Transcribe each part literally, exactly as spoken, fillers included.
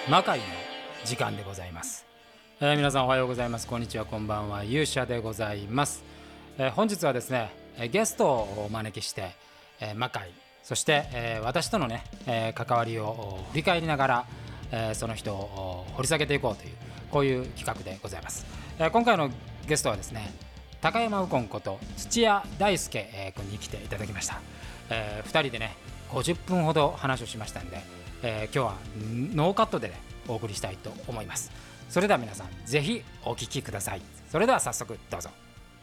魔界の時間でございます、えー、皆さんおはようございます、こんにちは、こんばんは、勇者でございます、えー、本日はですねゲストをお招きして、えー、魔界そして、えー、私とのね、えー、関わりを振り返りながら、えー、その人を掘り下げていこうというこういう企画でございます、えー、今回のゲストはですね高山右近こと土屋大輔君に来ていただきました、えー、ふたりでねごじゅっぷんほど話をしましたんで、えー、今日はノーカットで、ね、お送りしたいと思います。それでは皆さんぜひお聞きください。それでは早速どうぞ。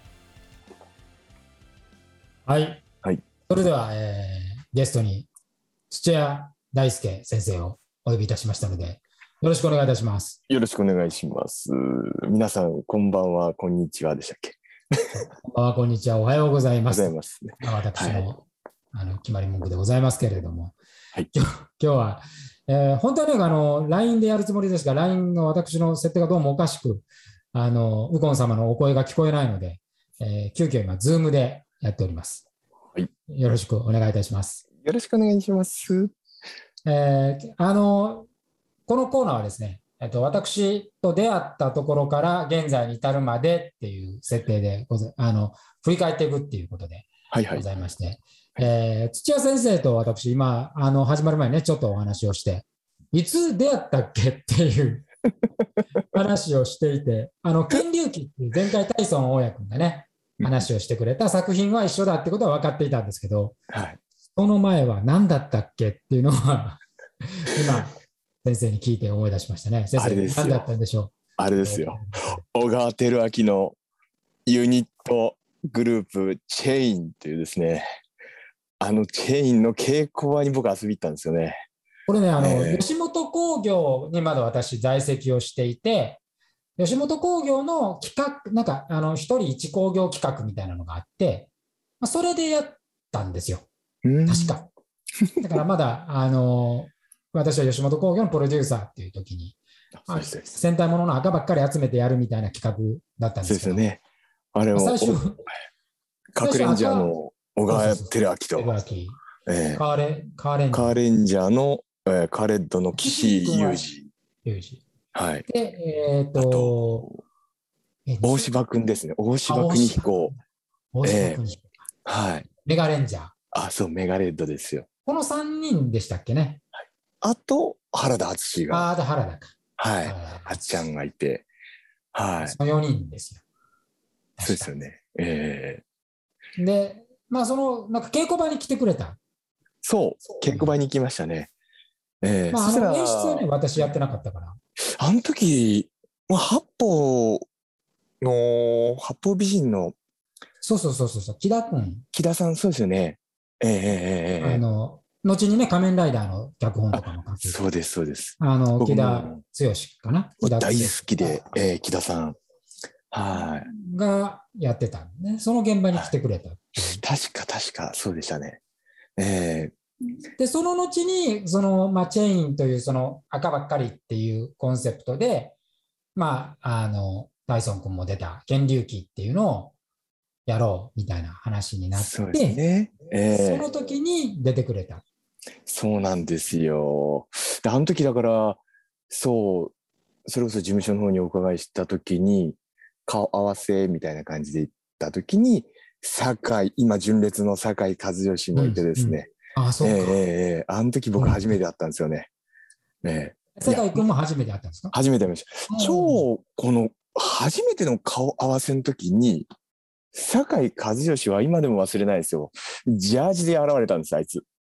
はい、はい、それでは、えー、ゲストに土屋大輔先生をお呼びいたしましたのでよろしくお願いいたします。 よろしくお願いします。皆さんこんばんは、こんにちはでしたっけ。 こんばんは、こんにちは、おはようございます。 ございますね、 私の、はい、あの決まり文句でございますけれども、 はい、 今日、今日は、えー、本当は、ね、あの ライン でやるつもりですが ライン の私の設定がどうもおかしくあの右近様のお声が聞こえないので、えー、急遽今 Zoom でやっております、 はい、 よろしくお願いいたします。 よろしくお願いします。 えー、あのこのコーナーはですね、えっと、私と出会ったところから現在に至るまでっていう設定でござあの振り返っていくっていうことでございまして、はいはい、えー、土屋先生と私今あの始まる前にねちょっとお話をしていつ出会ったっけっていう話をしていて、あの剣竜記っていう前回大孫大家君がね話をしてくれた作品は一緒だってことは分かっていたんですけど、 はい、 その前は何だったっけっていうのは今先生に聞いて思い出しましたね。先生、何だったんでしょう。 あれですよ、小川輝明のユニットグループチェインっていうですね、あのチェインの稽古場に僕遊び行ったんですよね。 これね、あの、えー、吉本興業にまだ私在籍をしていて、吉本興業の企画、なんかあの一人一興業企画みたいなのがあって、まあ、それでやったんですよ。確か。だからまだあの私は吉本興業のプロデューサーっていう時に、戦隊ものの赤ばっかり集めてやるみたいな企画だったんですけど、 そうですよね。あれを最初カクレンジャーの小川輝明と、 えー、カーレカーレンジャーカーレンジャーの、えー、カレッドの岸裕二。 はい。 で、えっ、ー、と大柴くんですね。大柴邦彦。 大柴邦彦。 えー、はい。 メガレンジャー。 あ、そう、メガレッドですよ。 このさんにんでしたっけね。 はい、あと、原田敦が。 ああ、原田か。 はい。あっちゃんがいて。はい。 そのよにんですよ。 そうですよね。えー、で、まあ、その、なんか稽古場に来てくれた。 そう、稽古場に行きましたね。えー、 まあ、あの演出はね、私やってなかったから。 あの時、八方の、八方美人の、 そうそうそうそう、木田君。 木田さん、そうですよね。えー、えー、えー、 あの、後にね、仮面ライダーの脚本とかも書ける。 そうです、そうです。 あの、木田剛かな。 木田大好きで、えー、木田さん。はい。 がやってたんね。その現場に来てくれた。 確か、確か、そうでしたね。えー、で、その後に、その、まあ、チェインという、その、赤ばっかりっていうコンセプトで、まあ、あの、ダイソン君も出た、剣竜記っていうのをやろうみたいな話になって、 そうですね。 えー、その時に出てくれた。 そうなんですよ。で、あの時だから、そう、それこそ事務所の方にお伺いした時に、顔合わせみたいな感じで行った時に、酒井、今純烈の酒井和義もいてですね。 うんうん、あ、そうか。 えー、えー、あの時僕初めて会ったんですよね。ね、 酒井君も初めて会ったんですか？ 初めて会いました。超、この、初めての顔合わせの時に、酒井和義は今でも忘れないですよ。ジャージで現れたんです、あいつ。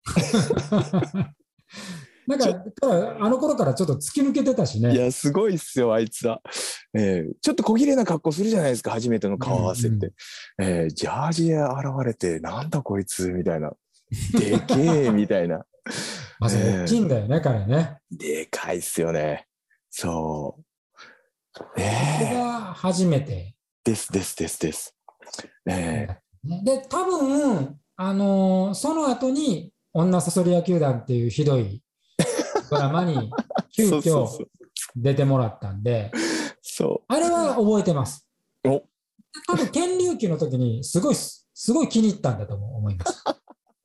なんか、あの頃からちょっと突き抜けてたしね。 いや、すごいっすよ、あいつは。えー、ちょっと小綺麗な格好するじゃないですか、初めての顔合わせって。うんうん、えー、ジャージで現れて、なんだこいつ、みたいな。でけえ、みたいな。 まず大きいんだよね、えー、彼ね。 でかいっすよね。そう。 ね、それが初めて。 ですですですです。えー、で、多分、あのー、その後に、女そそり屋球団っていうひどいドラマに急遽出てもらったんで、 そうあれは覚えてます。 お多分、剣竜記の時にすごい、すごい気に入ったんだと思います。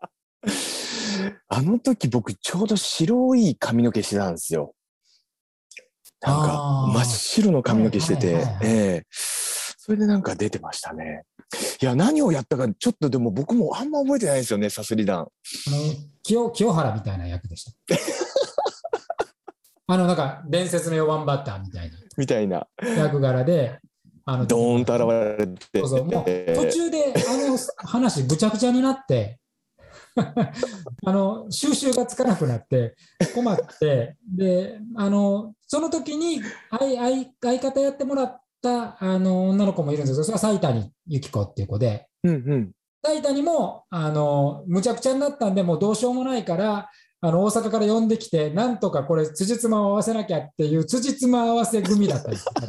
あの時僕ちょうど白い髪の毛してたんですよ。 なんか真っあ白のあ、 髪の毛してて、 はいはいはいはい。 ええそれでなんか出てましたね。いや、何をやったか、ちょっとでも僕もあんま覚えてないですよね、さすり団。 あの、清、清原みたいな役でした。あの、なんか、伝説のよんばんバッターみたいなみたいな。 役柄で、あの、出ドーンとてもらって、 現れそうそう、もう途て、 中であの話ぐちゃぐちゃになって、あの、収集がつかなくなって困って、で、あの、その時に相、相、相方やってもらったあの女の子もいるんですけど、それは西谷由紀子っていう子で、 うんうん。 西谷も、あの、むちゃくちゃになったんで、もうどうしようもないから、あの、大阪から呼んできて、なんとかこれ、辻褄を合わせなきゃっていう、辻褄合わせ組だったんですよ。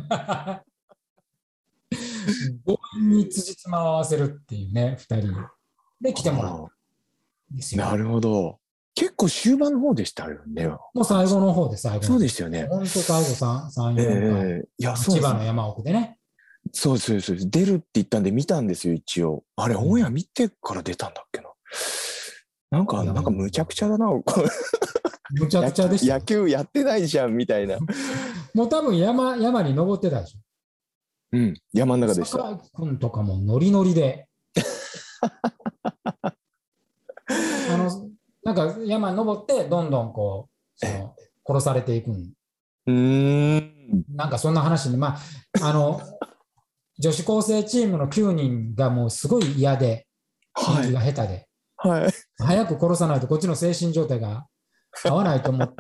強引に辻褄を合わせるっていうね、ふたりで来てもらったあんですあ、なよ。 るほど。結構終盤の方でしたよね。 もう最後の方で最後そうの方。 でしたよね。 本当最後さん、さん、 えよんかい。 えいや、 あのそうですね。 千葉の山奥でね。 そうです、そうですそうです。出るって言ったんで見たんですよ、一応。あれ、 うん、 オンエア見てから出たんだっけな。なんか、 いや、 なんかもう、 むちゃくちゃだな。 むちゃく野球、 ちゃでしたよ。 野球やってないじゃん、みたいな。 もう多分山、山に登ってたでしうん、山のょ。 中でした。 酒井君とかもノリノリで、あの、なんか山に登って、どんどんこう、そえ、 の、殺されていくん。 うーん。 なんかそんな話に、まあ、あの、女子高生チームのきゅうにんがもうすごい嫌で、演技はい、 が下手で、 はい。 早く殺さないとこっちの精神状態が合わないと思って、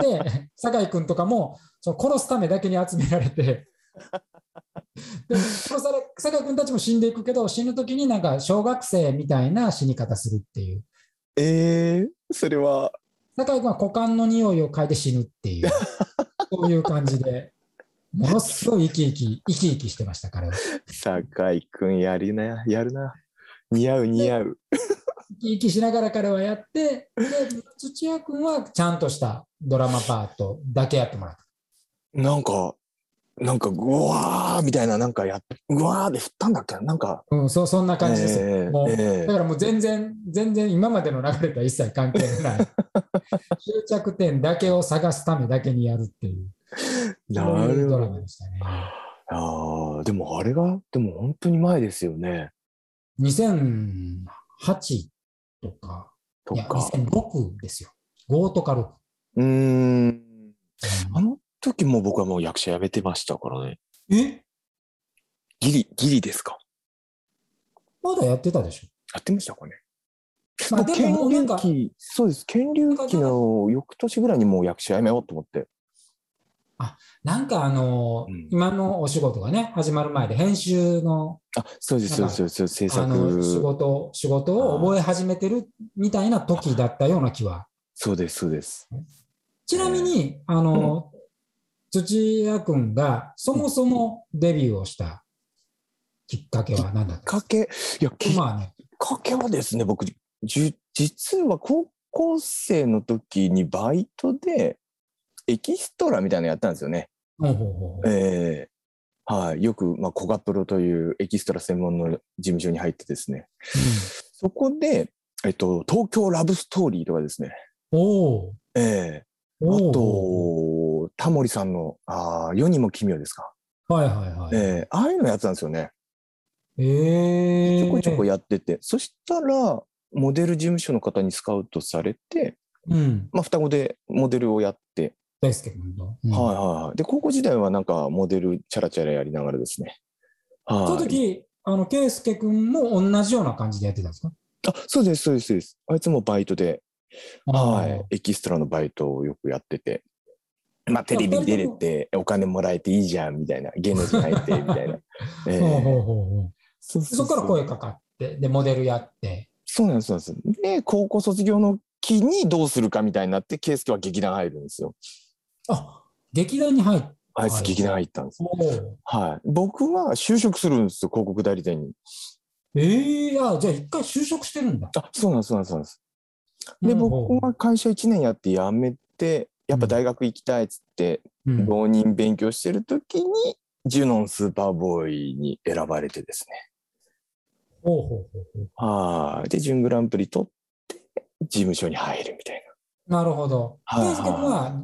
酒井君とかもその殺すためだけに集められて、で殺され酒井君たちも死んでいくけど、死ぬ時になんか小学生みたいな死に方するっていう。 えー、それは、 酒井君は股間の匂いを嗅いで死ぬっていう、そういう感じで、ものすごい生き生き、生き生きしてました、彼は。 酒井くんやりな、やるな。似合う、似合で、 う。 生き生きしながら彼はやって、で、土屋君はちゃんとしたドラマパートだけやってもらった。 なんか、なんか、ぐわーみたいな、なんかや、ぐわーで振ったんだっけな、なんか、 うん、そそんな感じですよ。 えー、 もう、だえからもう全然、全然今までの流れとは一切関係のない、終着点だけを探すためだけにやるっていう、 ー、 そういうドラなるほど。 マでしたね。 ああ、でもあれが、でも本当に前ですよね。 にせんはちとか、いや、 とか。 にせんろくですよ。ごとかろく。 うーん。 うん、 あの時も僕はもう役者辞めてましたからね。 えギリ、ギリですか？ まだやってたでしょ。 やってましたかね。 まあでも僕、検もうなんか、 流期、そうです。検流期の翌年ぐらいにもう役者辞めようと思って。 あ、なんかあの、 うん。 今のお仕事がね、始まる前で編集のあ、そうです、そうです、 なんか、 そうです。制あの、仕作。 事、仕事を覚えあ始めてるみたいな時だったような気は。 そうです、そうです。 ちなみえに、あー、うん。 の、土屋くんがそうん。 もそもデビューをしたきっかけきっは何だったんですか？ かけ、いや、きっまあね。 かけはですね、僕、じゅ実は高校生の時にバイトでエキストラみたいなのやったんですよね。 ほうほうほうほう。 ええはい。よく、まあ、コガプロというエキストラ専門の事務所に入ってですね。 うん。 そこで、えっと、東京ラブストーリーとかですね。 おーええあおーほうほと、タモリさんの、ああ、世にも奇妙ですか。 う。はいはいはいはええああいうのやってたんですよね。 い。 ちょこちょこええやってて。そしたら、モデル事務所の方にスカウトされて、 ー。うん。 まあ、双子でモデルをやって、 大輔君と。うはいん。 はいはい。で、高校時代はなんかモデルチャラチャラやりながらですね。 そのはい。 時、あの、圭介君も同じような感じでやってたんですか？ あ、そうです、そうです、そうです。あいつもバイトで、 あはい。 あ。 エキストラのバイトをよくやってて。まあ、テじゃあ、 レビ出二人とも、 れてお金もらえていいじゃん、みたいな。芸能人入って、みたいな。えほうほうえほうほう。 そうでそこからそうそう。 声かかって、で、モデルやって。 そうなんです、そうなんです。で、高校卒業の期にどうするかみたいになって、圭介は劇団入るんですよ。 あ、劇団に入っあいつ劇団入る。 入ったんです。 おはい。僕は就職するんですよ、広告代理店に。 ええー、あ、じゃあ一回就職してるんだ。 あ、そうなんです、そうなんです、そうなんです。で、 うん、ほ僕は会社いちねんやって辞めて、やう。うん。 っぱ大学行きたいっつって、 うん。 浪人勉強してる時に、ジュノンスーパーボーイに選ばれてですね。 ほうほうほうほう。 はい。で、準グランプリ取って、事務所に入るみたいなるほど。 な。はい圭介君はは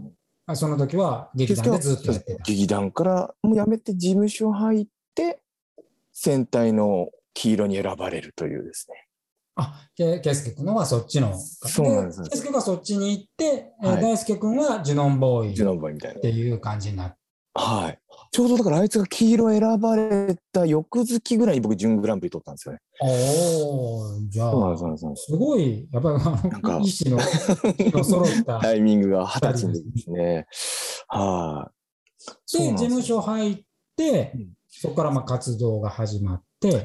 あその時は劇団でずっとやってた。 劇団からもう辞めて事務所入って戦隊の黄色に選ばれるというですね。 あ、け圭介君のはそっちの。 そうなんです。 圭介がそっちに行って、 はい、 大輔君はジュノンボーイ。 ジュノンボーイみたいな。 っていう感じになって。 はい。ちょうどだからあいつが黄色選ばれた翌月ぐらいに僕準グランプリ取ったんですよね。 おお、じゃあすごいやっぱりなんか意志のの揃ったタイミングが二十歳の時ですね。はい。 で事務所入って、うん、そこからまあ活動が始まって。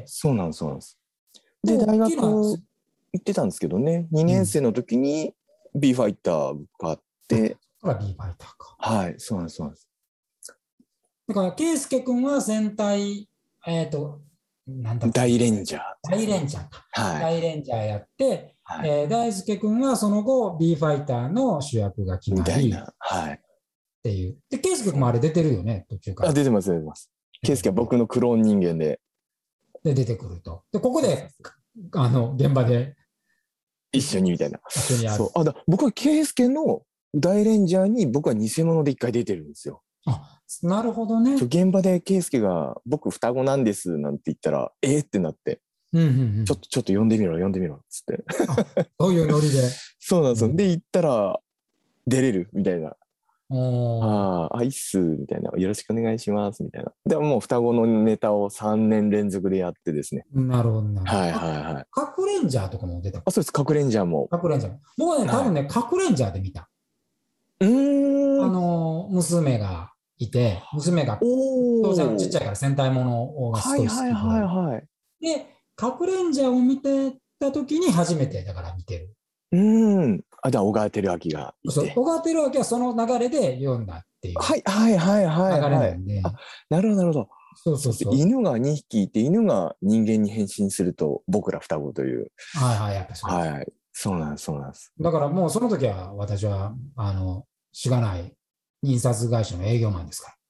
そうなんですそうなんです。で大学行ってたんですけどね。にねん生の時に B ファイター受かって。 うん、B ファイターか。 はい、そうなんですそうなんです。 だから圭介君は戦隊、えっ、ー、と、なんだっけ大レンジャー。 大レンジャーか。はい、大レンジャーやって、はい、えー、大輔君はその後 B ファイターの主役が決まり。みたいな。はい。っていう。で、圭介君もあれ出てるよね、途中から。 あ、出てます、出てます。圭介は僕のクローン人間で。 で、出てくると。で、ここで、あの、現場で。 一緒にみたいな。 一緒にやる。 そう。あ、だ僕は圭介の大レンジャーに僕は偽物で一回出てるんですよ。 あ、なるほどね。 現場で圭介が僕双子なんですなんて言ったらえー、ってなって、うんうんうん、ちょっとちょっと呼んでみろ呼んでみろっつってそういうノリでそうなんですよ、うん、で行ったら出れるみたいな、ああいいっすみたいな、よろしくお願いしますみたいな。でももう双子のネタをさんねん連続でやってですね。 なるほどなるほど。 はいはいはい。 核レンジャーとかも出た。 あ、そうです、核レンジャーも。 核レンジャー僕はね、多分ね、はい、核レンジャーで見た。 うーん、 あの娘がいて、娘が当然ちっちゃいから戦隊ものがすごい好きで、はいはいはいはい、で核レンジャーを見てた時に初めてだから見てる。 うん。あ、じゃあ小川照明がいて。 そう、小川照明はその流れで読んだっていう。 はいはいはいはい、はい、 流れなんで。 あ、なるほどなるほど。 そうそうそう。 犬がにひきいて犬が人間に変身すると僕ら双子という。 はいはい、やっぱそうです。 はい。そうなんです、そうなんです。 だからもうその時は私は、あの、しがない印刷会社の営業マンですから。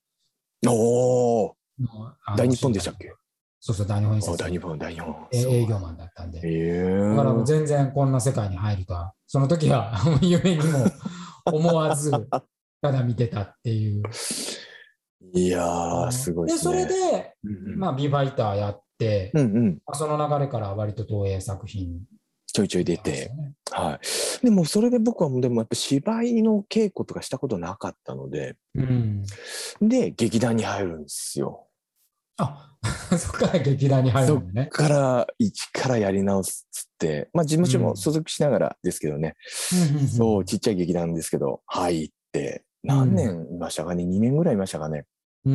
おお。大日本でしたっけ？ そうそう、大日本印刷。 大日本、大日本。 営業マンだったんで。 えー、 だからもう全然こんな世界に入るとは、その時は夢にも思わず、ただ見てたっていう。 いやー、すごいですね。 で、それで、うんうん、まあ、ビーファイターやって、うんうん、その流れから割と東映作品、 ちょいちょい出て、ね、はい。でもそれで僕はでもやっぱ芝居の稽古とかしたことなかったので、うん、で劇団に入るんですよ。 あ、そっから劇団に入るんだね。 そっから一からやり直すっつって、まあ事務所も所属しながらですけどね、うん、そうちっちゃい劇団ですけど入って何年いましたかね、うん、にねんぐらいいましたかね。うん、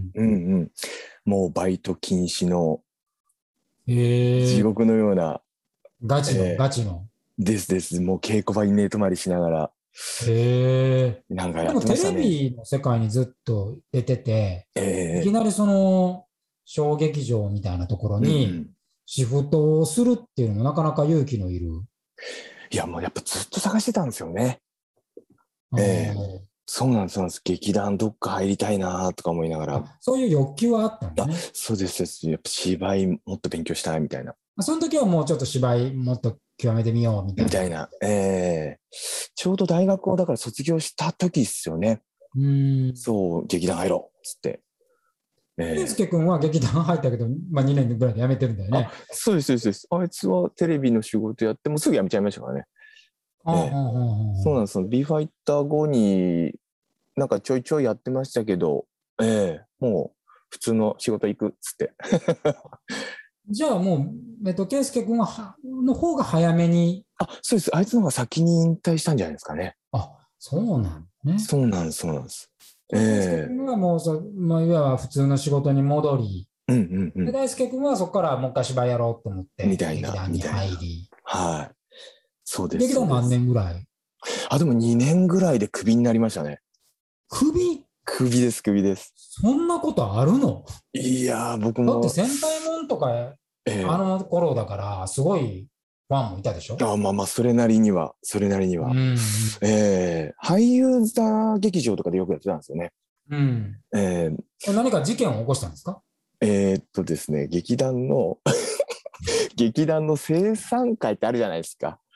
うんうんもうバイト禁止の地獄のような。 ガチの、えー、ガチの。 ですです。もう稽古場に寝泊まりしながら。 へえ。 なんかやってましたね。 でもテレビの世界にずっと出てて、 えー、 いきなりその小劇場みたいなところにシフトをするっていうのもなかなか勇気のいる。 いやもうやっぱずっと探してたんですよね。えー、そうなんです、そうなんです。劇団どっか入りたいなとか思いながら。 そういう欲求はあったんだね。 そうです。やっぱ芝居もっと勉強したいみたいな。 その時はもうちょっと芝居もっと極めてみようみたいな。 みたいな。えー、ちょうど大学をだから卒業した時ですよね。うんそう劇団入ろうっつって。 圭介君は劇団入ったけど、まあ、にねんぐらいで辞めてるんだよね。 そうですそうです。あいつはテレビの仕事やってもうすぐ辞めちゃいましたからね。そうなんです。B ファイター後になんかちょいちょいやってましたけど、えー、もう普通の仕事行くっつって。 じゃあもう、えっと、圭介君はの方が早めに。 あ、そうです。あいつの方が先に引退したんじゃないですかね。 あ、そうなんね。 そうなんです、そうなんです。 圭介君はもうそ、まあ、いわば普通の仕事に戻り、うんうんうん、で大輔君はそこからもう一回芝居やろうと思って、 みたいな劇団に入り。 はい。そうです。 劇団何年ぐらい？ あ、でもにねんぐらいでクビになりましたね。 クビ？ クビです、クビです。 そんなことあるの？ いやー、僕も。 だって戦隊もんとか、えー、あの頃だから、すごいファンもいたでしょ？ あまあまあ、それなりには、それなりには。うん、えー、俳優座劇場とかでよくやってたんですよね。うん。 えー、何か事件を起こしたんですか？ えー、っとですね、劇団の、劇団の生産会ってあるじゃないですか。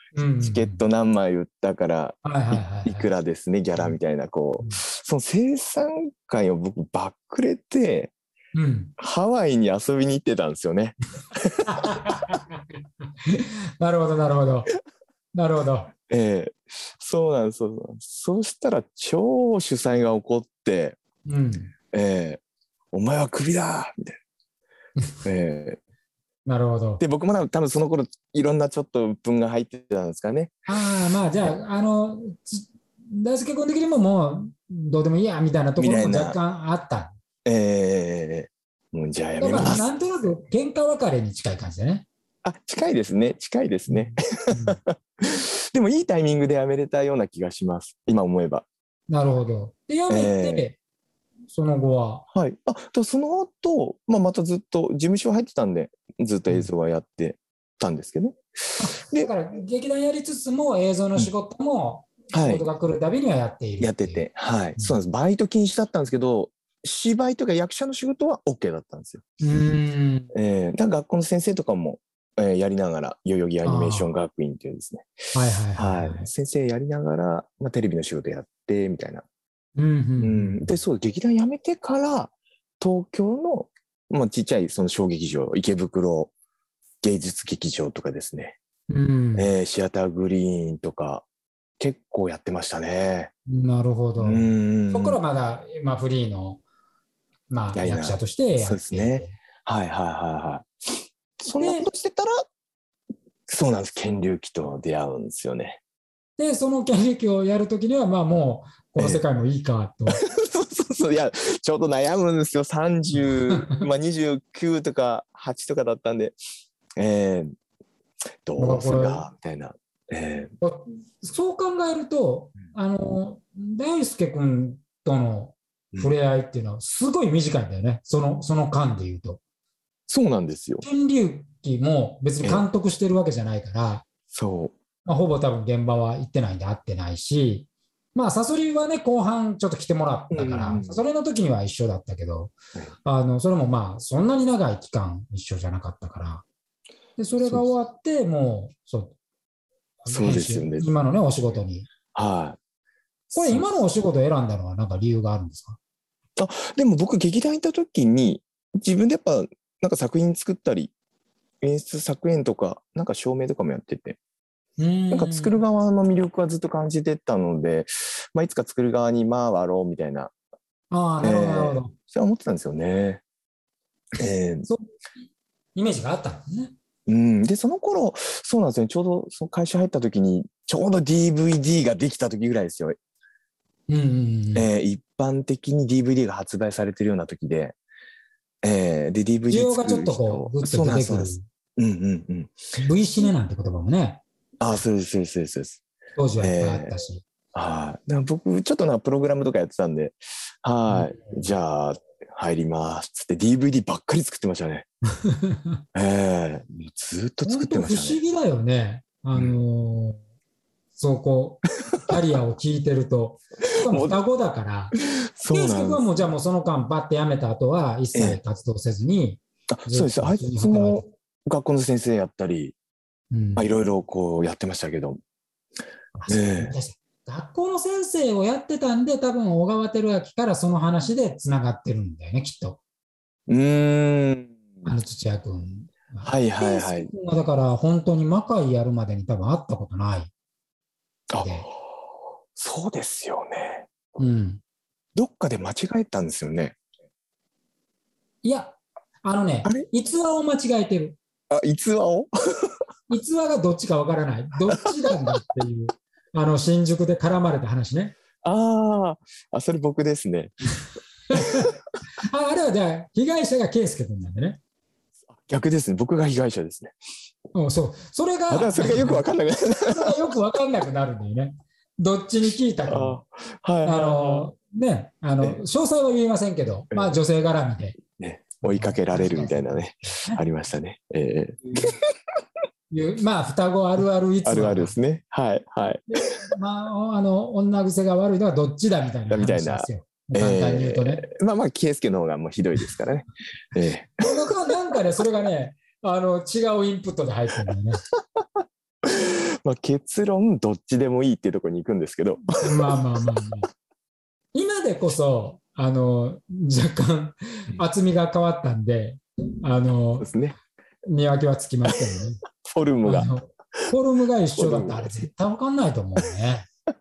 うんチケット何枚売ったからはいはいはいはいいくらですねギャラみたいなこうんうその生産会を僕バックレてうんハワイに遊びに行ってたんですよね。 なるほどなるほどなるほど。 ええそうなんです。そうなんです。そうしたら超主催が怒って、 うんええお前はクビだみたいな。ええなるほど。 で僕も多分その頃いろんなちょっと鬱憤が入ってたんですかね。 ああ、まあじゃあ、あの、つ大輔君的にももうどうでもいいやみたいなところも若みたいな。 干あった。 ええもうじゃあやだからめます。 なんとなく喧嘩別れに近い感じだね。 あ、近いですね。近いですね。 うんうんでもいいタイミングでやめれたような気がします。今思えば。 なるほど。で、やめえて、その後は、 ーはい。あ、とその後、まあ、またずっと事務所入ってたんで、ずっと映像はやってたんですけど。で、 だから劇団やりつつも映像の仕事も仕はい。 事が来るたびにはやっているっいう。 やってて、はい。 うんそうなんです。バイト禁止だったんですけど、芝居とか役者の仕事は OK だったんですよ。 うーん。 えー、だから学校の先生とかも、えーやりながら、代々木アニメーション学院っていうですね。 はいはいはい、 は。 はいい。 先生やりながら、まあ、テレビの仕事やって、みたいな。 うんうんううんん。で、そう、劇団辞めてから、東京の、まあ、ちっちゃいその小劇場、池袋芸術劇場とかですね。 うんえーシアターグリーンとか、結構やってましたね。 なるほど。 うん。 そこからまだ、まあ、フリーの、まあ、 やいな役者としてやそうっていて。 ですね。はいはいはいはい。そんなこで、 としてたら、そうなんです。剣龍期と出会うんですよね。 で、その権力をやるときには、まあもう、この世界もいいかと。 そうそうそう。いや、ちょうど悩むんですよ。さんじゅう、まあにじゅうきゅうとかはちとかだったんで、えー、どうするか、みたいな。えそう考えると、あの、大輔君とのー、 触れ合いっていうのは、すごい短いんだよね。その、その間で言うと。 そうなんですよ。 天竜記も別に監督してるわけじゃないから、 そまあ、ほぼ多分現場は行ってないんで会ってないし、まあ、サソリはね、後半ちょっと来てもらったから、それの時には一緒だったけど、あの、それもまあ、そんなに長い期間一緒じゃなかったから、で、それが終わって、もう、そう、 そうですよね。 今のね、お仕事に。 はい。 これ、今のお仕事を選んだのは何か理由があるんですか？ あ、でも僕、劇団行った時に、自分でやっぱ、なんか作品作ったり、演出作演とか、なんか照明とかもやってて、なんか作る側の魅力はずっと感じてたので、まあ、いつか作る側に回ろうみたいな、 ああ、なるほど、なるほど。 えー、それは思ってたんですよね。えー、 そう、イメージがあったんですね。 うん、で、その頃、そうなんですよね。ちょうどその会社入った時に、ちょうど ディーブイディー ができた時ぐらいですよ。 うんうんうん。 えー、一般的に ディーブイディー が発売されてるような時で、えー、で、 需ディーブイディー要がちょっ作る人、 とこう、ぐっとそうなんです、 出てくる。 そうなんです。うんうんうん。 V シネなんて言葉もね、 ああ、そうです、そうです、そうですそうです。 当時はいっぱいあっえー、 たし。 はい。だから僕、ちょっとなんかプログラムとかやってたんで、はい。 うんじゃあ、入ります。つって ディーブイディー ばっかり作ってましたね。ええずっと作本当不ってましたね。 思議だよね。あのーそうこう、キャリアを聞いてると。しかももう双子だから、 そう圭介君はなんです。 もうじゃあもうその間バッて辞めた後は一ええ切活動せずに、 あ、そうです。あいずっと普通につも働いてる。 学校の先生やったり、 うんまあ、いろいろこうやってましたけど。 あそうええ学校の先生をやってたんで、多分小川照明からその話でつながってるんだよね、きっと。 うーん。 あの土屋君は。 はいはい圭はい。 介君はだから本当に魔界やるまでに多分会ったことないあ、 で。 そうですよね。 うん。 どっかで間違えたんですよね。 いや、あのね、 あれ逸話を間違えてる。 あ、逸話を逸話がどっちかわからない。どっちなんだっていう、あの、新宿で絡まれた話ね。 ああ、あ、それ僕ですね。 ああれはじゃあ、被害者が圭介君なんでね。 逆ですね。僕が被害者ですね。 うん、そう。それが、 だからそれがよくわかんなくなる。 それがよくわかんなくなるんだよね。どっちに聞いたかも。 あはいはいあはの、ね、あの、 え詳細は言いませんけど、まあ女性絡みで。 い。ね、追いかけられるみたいなね、ありましたね。えいうまあ、双子あるある逸ー、あるあ話が。 るですね。はいはい。 まあ、あの、女癖が悪いのはどっちだみたいなみたいな。 話ですよ。簡単に言うとね。 えー、まあまあ、圭介の方がもうひどいですからね。え僕はなんかね、それがね、あの、違うインプットで入ってるんだよね。 ー、 まあ、結論どっちでもいいっていうところに行くんですけどまあまあまあまあ。今でこそ、あの、若干厚みが変わったんで、あそうの、 ですね。 見分けはつきますけどね。 フォルムが。 あの、フォルムが一緒だったらあれフォルムが絶対わかんないと思うね。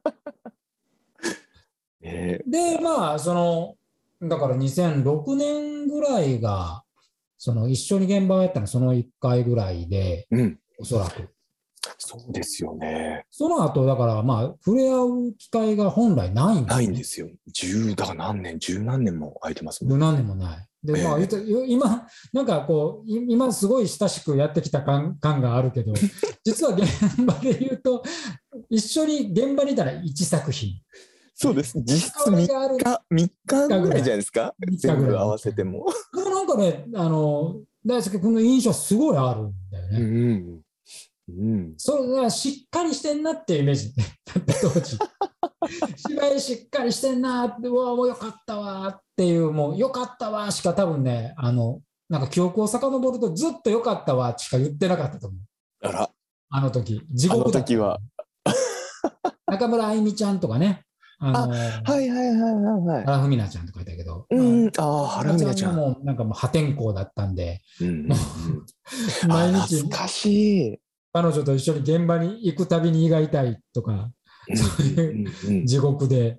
えで、まあ、その、だからにせんろくねんぐらいが、その一緒に現場をやったのそのいっかいぐらいで、 ーうん。 おそらく。 そうですよね。 その後、だからまあ、触れ合う機会が本来ないんだよね。 ないんですよ。十、だから何年、十何年も空いてますもん。 何年もない。で、まあ、 ええ言うと今、なんかこう、い今すごい親しくやってきた感、感があるけど、実は現場で言うと、一緒に現場にいたらいちさく品。 そうです。実質関わりがあるみっか、みっかぐらいじゃないですか。 みっかぐらい全部合わせても。 でもなんかね、あの、大輔君の印象すごいあるんだよね。 うん。うん。 それがしっかりしてんなっていうイメージだった当時。芝居しっかりしてんなって、うわ、もうよかったわっていう、もうよかったわしか多分ね、あの、なんか記憶を遡るとずっとよかったわしか言ってなかったと思う。 あら、 あの時。地あの獄だった。 時は。 中村あゆみちゃんとかね。あの、 はいはいはいはいはい。 原文奈ちゃんとかいたけど。 うん、ああ、原文奈ちゃん。 もうなんかもう破天荒だったんで、 うんうんうん、 毎日懐かしい。 彼女と一緒に現場に行くたびに胃が痛いとか、そういう地獄で。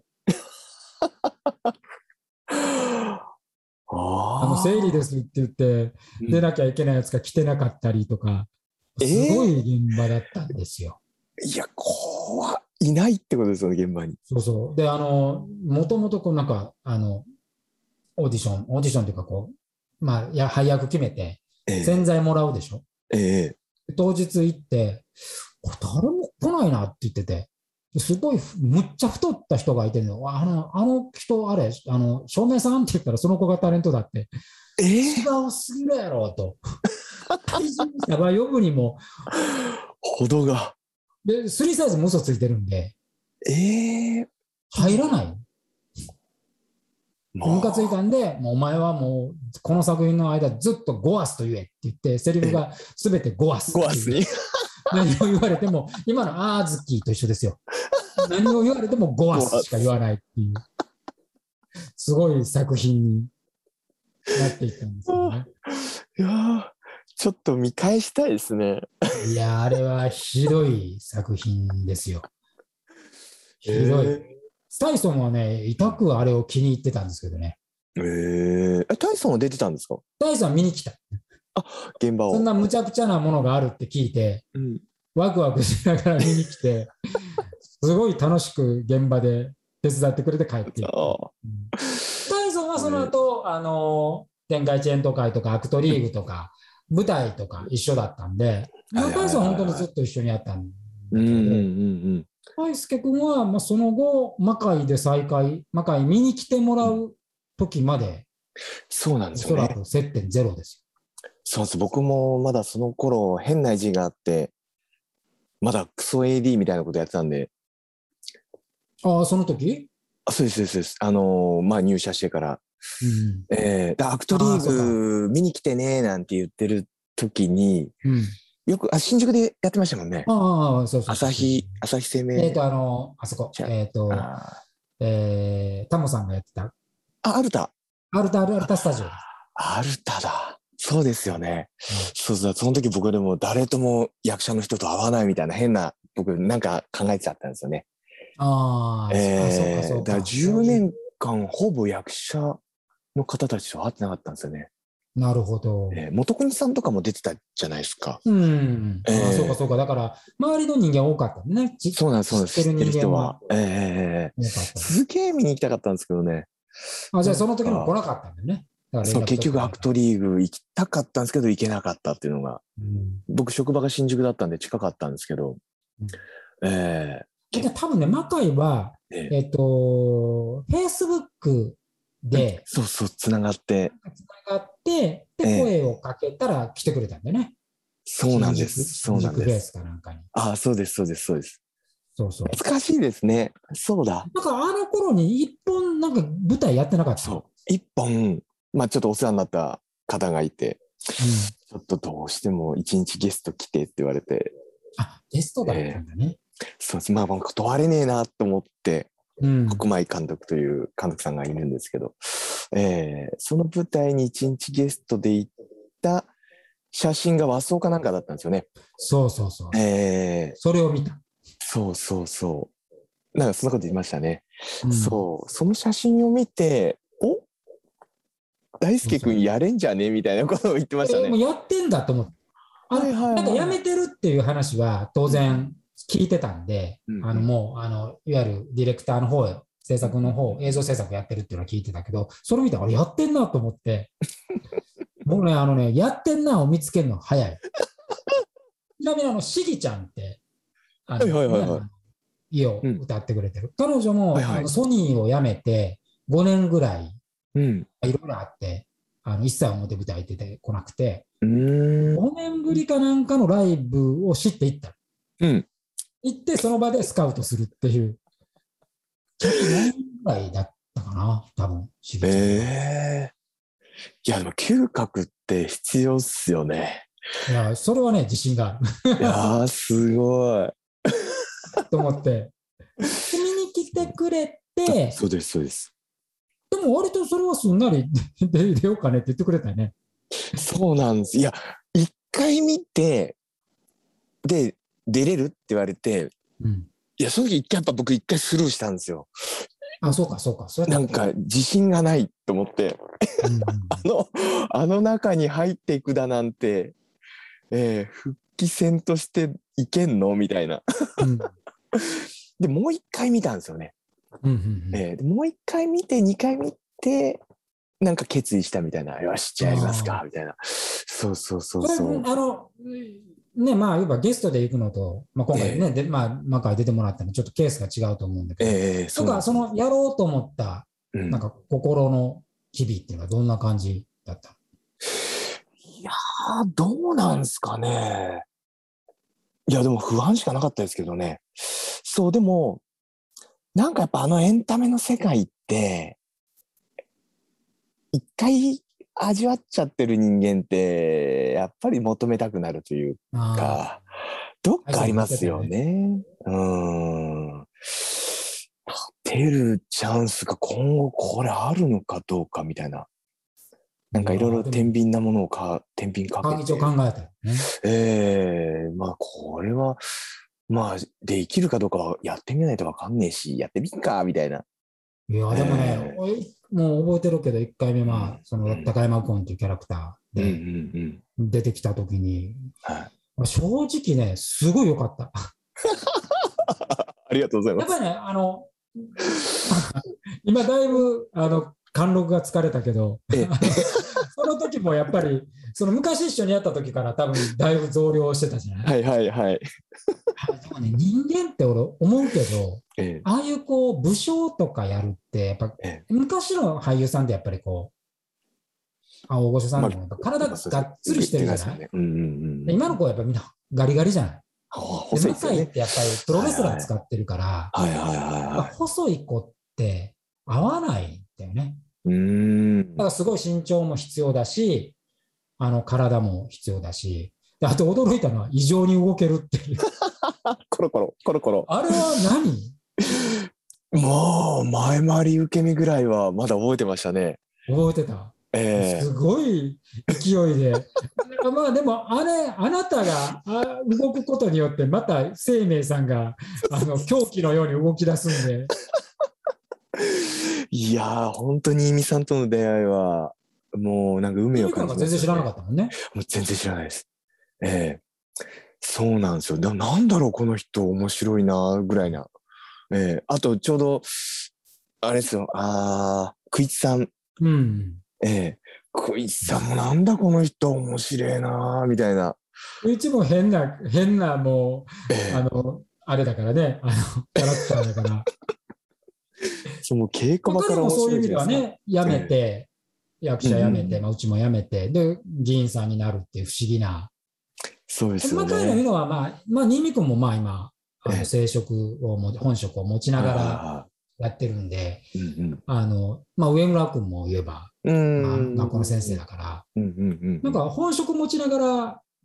あの生理ですって言って出なきゃいけないやつが来てなかったりとか、すごい現場だったんですよ。 えー、いや、怖いないってことですよね、現場に。 そうそう。で、あの、もともとこうなんか、あの、オーディション、オーディションというかこう、まあ、いや配役決めて、洗剤もらうでしょ。 ええー、当日行って、これ誰も来ないなって言ってて、すごいむっちゃ太った人がいてるの。あの、あの人、あれ、あの、照明さんって言ったらその子がタレントだって。えー、違うすぎるやろと。体重差ば呼ぶにも。 ほどが。 で、スリーサイズも嘘ついてるんで。 ええー、 入らない。ムカついたんで、もうお前はもう、この作品の間ずっとゴアスと言えって言って、セリフがすべてゴアス。 ゴアスに。 何を言われても、今のアーズキーと一緒ですよ。何を言われてもゴアスしか言わないっていう、すごい作品になっていったんですよね。 いやちょっと見返したいですね。 いや、あれはひどい作品ですよ。ひどい。えー、タイソンはね、痛くあれを気に入ってたんですけどね。 えー、タイソンは出てたんですか？ タイソンは見に来た。 あ、現場を。 そんな無茶苦茶なものがあるって聞いて、うん、ワクワクしながら見に来て、すごい楽しく現場で手伝ってくれて帰っていった。うん、タイソンはその後、ね、あの、天下一演奏会とかアクトリーグとか、舞台とか一緒だったんで、まあ、タイソンは本当にずっと一緒にやったんだけど、大輔君はまあその後、魔界で再会、魔界見に来てもらう時まで、 そうなんですよね。 おそらく接点ゼロですよ。そうです。僕もまだその頃、変な意地があって、まだクソ エーディー みたいなことやってたんで。 ああ、その時？ あ、そうです、そうです。あのー、まあ入社してから。うん、えー、アクトリーグ見に来てねなんて言ってる時に、うん、よくあ新宿でやってましたもんね。 ああ、そうそうそう。 朝日、朝日生命。 えっ、ー、と、あの、あそこ、えっ、ー、と、えー、タモさんがやってた。 あ、アルタ。 アルタ、アルタスタジオ。 アルタだ。そうですよね。うん、そうそう、その時僕でも誰とも役者の人と会わないみたいな変な、僕なんか考えてちゃったんですよね。 ああ、 えー、 そうかそうか。 だからじゅうねんかんほぼ役者の方たちと会ってなかったんですよね。 なるほど。 えー、元国さんとかも出てたじゃないですか。 うん。えー、あそうかそうか。だから、周りの人間多かったね。 そうなんです、そうなんです。知ってる人は。ええー、すげえ見に行きたかったんですけどね。 あ、じゃあその時も来なかったんだよね。 そう、結局アクトリーグ行きたかったんですけど、行けなかったっていうのが。うん、僕、職場が新宿だったんで近かったんですけど。うん、ええー、多分ね、魔界は、えー、えっと、Facebook で、 そうそう、つながって。 つながって、で、声をかけたら来てくれたんだよね。 そうなんです。そうなんです。 フェイスかなんかに。 ああ、そうです、そうです、そうです。 そうそう。 懐かしいですね。そうだ。 だからあの頃に一本なんか舞台やってなかった。 そう。一本、まあちょっとお世話になった方がいて、うん、ちょっとどうしても一日ゲスト来てって言われて、 あ、ゲストだったんだね。 えー、そうです。まあ、断れねえなと思って、 うん、 国前監督という監督さんがいるんですけど、えー、その舞台に一日ゲストで行った写真が和装かなんかだったんですよね。 そうそうそうそう。 えー、 それを見た。 そうそうそう。なんかそんなこと言いましたね。 うん、 そう。その写真を見て、お大輔君やれんじゃねみたいなことを言ってましたね。 えーもうやってんだと思って。あの、 はいはいなんか辞はい。 めてるっていう話は当然聞いてたんで、 うんうんあのもう、あの、いわゆるディレクターの方へ、制作の方、映像制作やってるっていうのは聞いてたけど、それ見て、あれやってんなと思って、僕ね、あのね、やってんなを見つけるの早い。ちなみにあの、しぎちゃんって、あはいの、 はいはいはい。 ね、家をうん。 歌ってくれてる。彼女も、 はいはい。 あの、ソニーを辞めてごねんぐらい、 うん。 いろいろあって、あの、一切表舞台出てこなくて、 うーん。 ごねんぶりかなんかのライブを知っていった。 うん。 行ってその場でスカウトするっていう、ちょっとよねんぐらいだったかな、多分、しぎちゃんは。 ええー。いや、でも嗅覚って必要っすよね。 いや、それはね、自信がある。 いやー、すごい。 と思って。で、見に来てくれて、 そうです、そうです。 でも割とそれはすんなり出ようかねって言ってくれたよね。 そうなんです。いや、一回見て、で、出れるって言われて、 うん。 いや、その時一回やっぱ僕一回スルーしたんですよ。 あ、そうか、そうか、そうやったっけ。 なんか自信がないと思って、 うんうんあの、あの中に入っていくだなんて、えー復帰戦としていけんのみたいな。 うん。 で、もう一回見たんですよね。 うんうんうんえーでもう一回見て、二回見て、なんか決意したみたいな。よし、じゃあやりますか、 あみたいな。そうそうそあ。それ、 うそう。 あの、ね、まあ、いわばゲストで行くのと、まあ、今回ね、 えで、まあ、魔界出てもらったのちょっとケースが違うと思うんだけー、 ど、 えー、 なんか、 そうなんですよ。 その、やろうと思った、 うん。 なんか、心の機微っていうのはどんな感じだった？ いやー、どうなんすかね。いや、でも不安しかなかったですけどね。そう、でも、なんかやっぱあのエンタメの世界って、一回味わっちゃってる人間って、やっぱり求めたくなるというあか、どっあ、 かあり最初に言っますよてたよね。 ね。うーん。出るチャンスが今後これあるのかどうかみたいな。なんかいろいろいやー、でも、 天秤なものをか、天秤かけ一応考て、 えたよね。 ええまあこれは、まあできるかどうかはやってみないとわかんねえし、やってみっか、みたいな。 いやー、でもね、 ええおいもう覚えてるけど、一回目、 うまあ、 ん、 その、 うん、 高山君っていうキャラクターうん、うん、 でうん。 出てきたときに、 はい。 正直ね、すごい良かった。 ありがとうございます。 やっぱりね、あの、今だいぶ、あの、貫禄が疲れたけど、 えあのその時もやっぱり、その昔一緒にやった時から多分だいぶ増量してたじゃない。 はいはいはい。 あでもね、人間って俺思うけど、 えああいうこう、武将とかやるって、やっぱえ、ええ。 昔の俳優さんってやっぱりこう、あ大御所さんまあ、 でもやっぱ体まあ、そうですがっつりしてで、 るじゃない。 でかいですよね。うんうんうんでうん。 今の子はやっぱみんなガリガリじゃない。 ああ、 で、 細いですよね。 マカイってやっぱりプロレスラーはいはい。 使ってるから、 はいはいはいやっぱは細い子って合わないんだよね。 い。うーん。 だからすごい身長も必要だし、あの体も必要だし、であと驚いたのは異常に動けるっていう。 あ、コロコロ、コロコロ。 あれは何？ もう、前回り受け身ぐらいはまだ覚えてましたね。 覚えてた。 えすごい勢いで。まあでも、あれ、あなたがあ動くことによって、また生命さんがあの狂気のように動き出すんで、 えいやー、本当にイミさんとの出会いは、もうなんか運命を感ゆみくんがじますよね。 全然知らなかったもんね。 もう全然知らないです。ええそうなんですよ。な、なんだろう、この人面白いな、ぐらいな。ええあと、ちょうど、あれですよ、あー、クイチさん。 うん。 ええクイチさんもなんだこの人面白いな、みたいな。 うちも変な、変なもう、あええの、あれだからね、あの、キャラクターだから。 そう、もう稽古まあ、 場から面彼もそういう意味白いじゃないですか。 ではね、辞めえて、役えうんうんう者辞めて、 ん。 まあ、うちも辞めて、で、議員さんになるっていう不思議な。 そうですまあ、彼のよね。 言うのは、まあ、まあ、新見君もまあ今、あの、 ええ正職をも、本職を持ちなはいがらはやってるんで、 いはい。うんあの、まあ、上村君も言えば、 うん。うまあ、学校の先ーん。 生だから、 うんうんうんうん。 なんか本職持ちながら、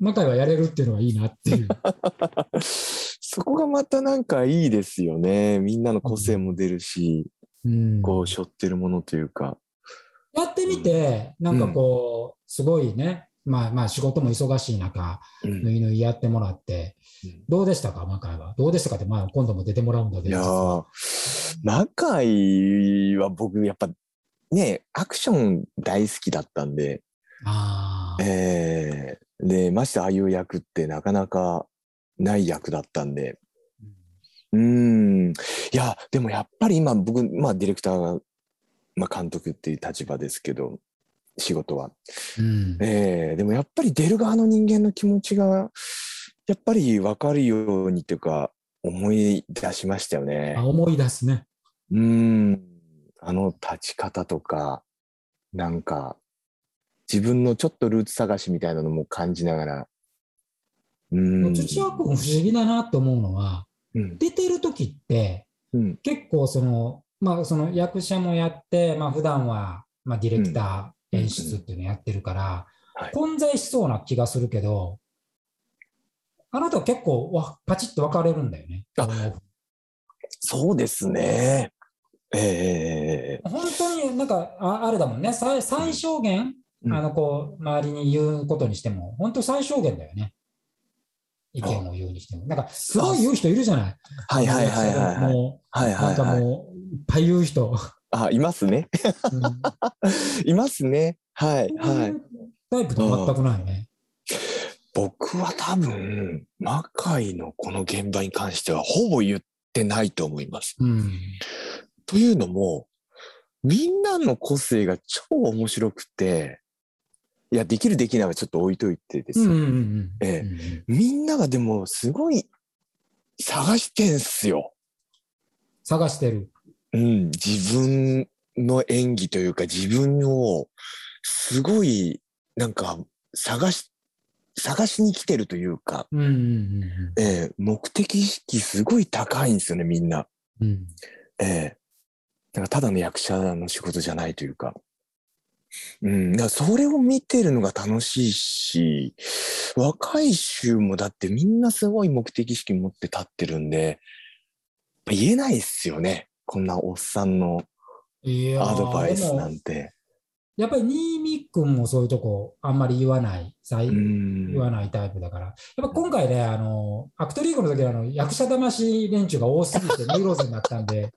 魔界はやれるっていうのはいいなっていう。 そこがまたなんかいいですよね。みんなの個性も出るし、 うん、 こう背負ってるものというか。 やってみて、なんかこう、すごいね、まあまあ仕事も忙しい中、 うん、 ぬいぬいやってもらって、 うん、 どうでしたか、魔界は。どうでしたかって、まあ今度も出てもらうんだけど、 いや実は。 ー、魔界は僕やっぱね、アクション大好きだったんで、 ああ。 えー、で、ましてああいう役ってなかなかない役だったんで、うーん、いや、でもやっぱり今僕、まあディレクターが、まあ監督っていう立場ですけど、仕事は。 うん、 えー、でもやっぱり出る側の人間の気持ちが、やっぱり分かるようにっていうか、思い出しましたよね。 あ、思い出すね。 うーん、あの立ち方とか、なんか、自分のちょっとルーツ探しみたいなのも感じながら、うーん、 土屋君不思議だなと思うのは、 うん、 出てる時って、 うん、 結構その、まあその役者もやって、まあ普段は、まあディレうん、 クター、 うん、う演ん、 出っていうのやってるから、 はい。 混在しそうな気がするけど、あなたは結構わパチッと分かれるんだよね。オンオあ、 フ。 そうですね。ええ、 本当になんか、あ、あれだもんね。最、最うん、 小限、 うん。 あの、こう、周りに言うことにしても、本当最小限だよね。意見をあ、 言うにしても。なんか、すあ、 ごい言う人いるじゃない。 はいあの、 はいはい役者でも、 はいはい。 もはいう、なんかはいはい。 もう、いっぱい言う人。 あ、いますね。 うん、 いますね。はいはい。 そういうタイプと全うん、 くないね。 僕は多分、魔界のこの現場に関しては、ほぼ言ってないと思います。 うん。 というのも、みんなの個性が超面白くて、いや、できるできないはちょっと置いといてでうんうんうすよ。 んええ、 うん。 みんながでもすごい探してんすよ。 探してる。 うん、自分の演技というか自分をすごいなんか探し、探しに来てるというか、 うんうんええ、目的意識すごい高いんですよね、みんな。 うんうん。 ええ、なんかただの役者の仕事じゃないというか。うん、だからそれを見てるのが楽しいし、若い衆もだってみんなすごい目的意識持って立ってるんで、言えないっすよね。こんなおっさんのいやアドー、 バイスなでも、 んて。 やっぱり新見君もそういうとこあんまり言わない、さうい言わん。 ないタイプだから。やっぱ今回ね、あの、アクトリーグの時はあの役者魂連中が多すぎてノイローゼになったんで、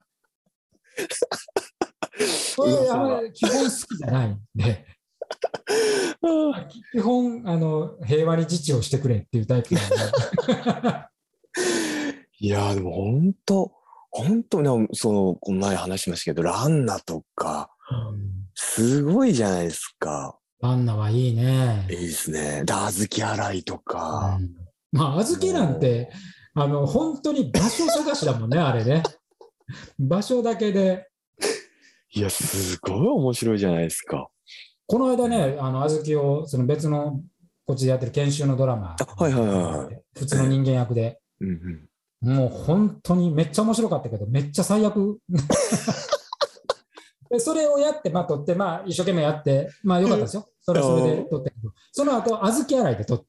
これあんま噂が。 り基本好きじゃないんで、基本、あの、平和に自治をしてくれっていうタイプなんで。 いやーでも本当、本当ね、その、この前話しましたけど、ランナとか、 うん、 すごいじゃないですか。 ランナはいいね。 いいですね。で、小豆洗いとか、 うん、まあ、小豆なんて、 もあの、本当に場所探しだもんね、あれね。場所だけで。 う、いや、すごい面白いじゃないですか。 この間ね、あの、小豆を、その別の、こっちでやってる研修のドラマあ、はいはいはい。 普通の人間役で、 うんうん。 もう本当にめっちゃ面白かったけど、めっちゃ最悪。でそれをやって、まあ、撮って、まあ、一生懸命やって、まあ、よかったですよ。それはそれで撮って。その後、小豆洗いで撮って、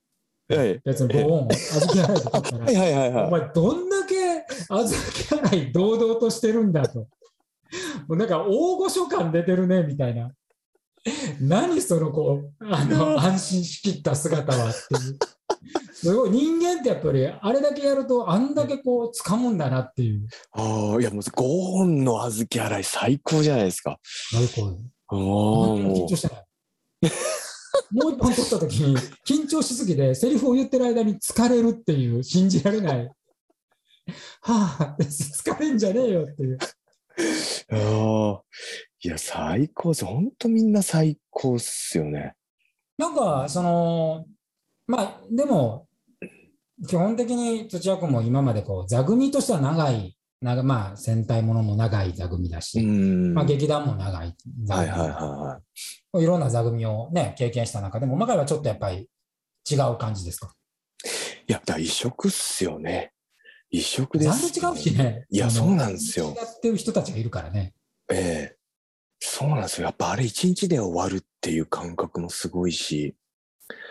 はい。 別にご音を小豆洗いで撮ったら、 はいはいはいはい。 お前、どんだけ小豆洗い堂々としてるんだと。もうなんか大御所感出てるね、みたいな。何そのこう、あの、安心しきった姿はっていう。すごい人間ってやっぱりあれだけやるとあんだけこう掴むんだなっていう。 ああ、いやもうごほんの小豆洗い最高じゃないですか。 最高。 ああ、 何にも緊張もしてない。もう一本取った時に緊張しすぎてセリフを言ってる間に疲れるっていう信じられない。はあ、疲れんじゃねえよっていう。 う、ああ、いや最高です。ほんとみんな最高っすよね。 なんかそのまあでも基本的に土屋君も今までこう座組としては長い、長まあ戦隊ものも長い座組だうし、まあ、 ん。 劇団も長い座はいはいはい組だから、 はい。 いろんな座組をね、経験した中でも、魔界はちょっとやっぱり違う感じですか。 いや、だから異色っすよね。異色でジャンルすよ違うしね、 いや、 その、 そうなんで違すよ。 ってる人たちがいるからね。 ええ、そうなんですよ。やっぱあれ一日で終わるっていう感覚もすごいし、